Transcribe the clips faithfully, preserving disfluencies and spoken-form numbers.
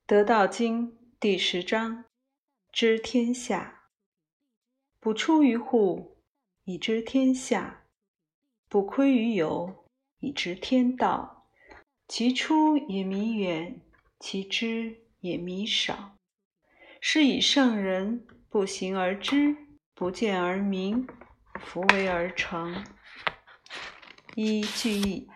得道经第十章，知天下。不出于户，以知天下；不窥于有，以知天道。其出也弥远，其知也弥少。是以圣人不行而知，不见而明，弗为而成。一句义。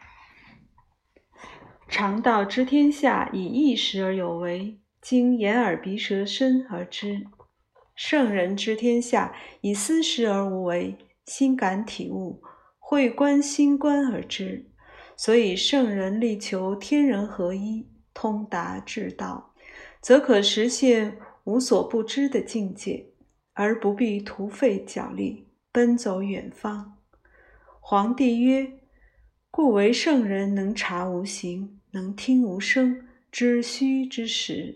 常道知天下，以一时而有为，经眼耳鼻舌身而知。圣人知天下，以思时而无为，心感体悟，会观心观而知。所以圣人力求天人合一，通达至道，则可实现无所不知的境界，而不必徒费脚力，奔走远方。皇帝曰：故为圣人能察无形，能听无声，知虚之实。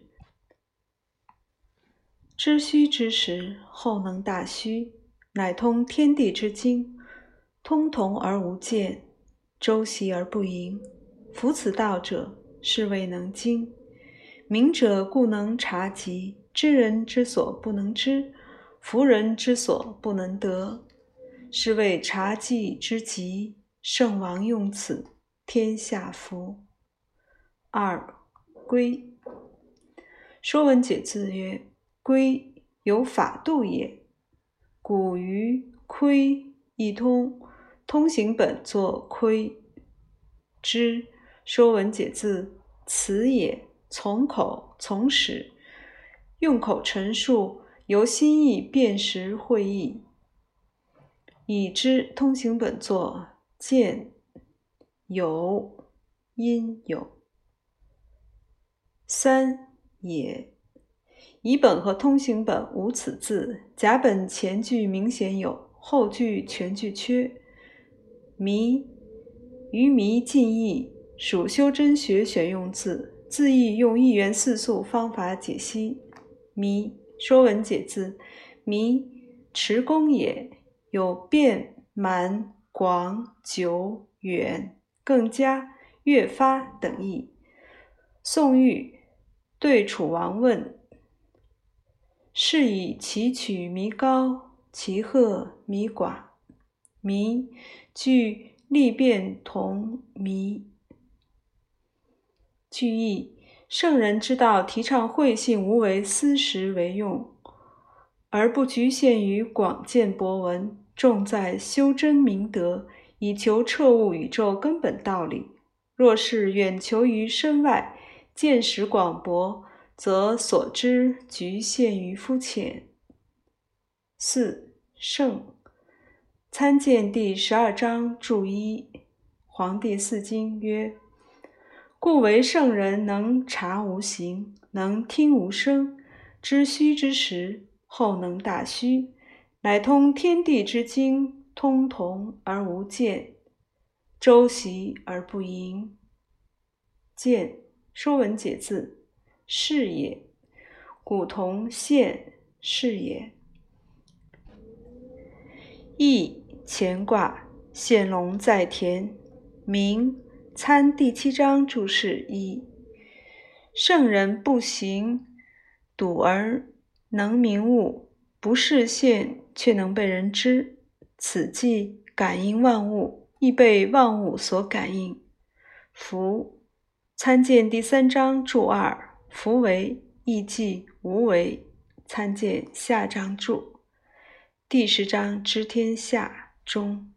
知虚之实，后能大虚，乃通天地之经，通同而无间，周习而不盈。夫此道者，是谓能经。明者故能察极，知人之所不能知，弗人之所不能得。是谓察既知极，圣王用此，天下服。二、规。说文解字曰：规，有法度也。古于窥一通，通行本作窥。知，说文解字辞也，从口从始，用口陈述，由心意辨识会意。已知，通行本作见。有，因有。三、也。乙本和通行本无此字，甲本前句明显有，后句全句缺。弥，于弥尽义，属修真学选用字，字义用一元四素方法解析。弥，说文解字：弥，持功也，有变、满、广、久、远、更加、越发等义。宋玉对楚王问：是以其曲弥高，其壑弥寡。弥，具利变同弥。句意：圣人之道提倡慧性无为思实为用，而不局限于广见博闻，重在修真明德，以求彻悟宇宙根本道理。若是远求于身外，见识广博，则所知局限于肤浅。四、圣。参见第十二章注一。黄帝四经曰：故为圣人能察无形，能听无声，知虚之实，后能大虚，乃通天地之经，通同而无间，周习而不盈。见，说文解字：是也。古同现，是也。义，乾卦，现龙在田。明，参第七章注释一。圣人不行笃而能明悟，不示现却能被人知，此即感应万物，亦被万物所感应。夫，参见第三章注二。夫为，亦即无为，参见下章注。第十章知天下中。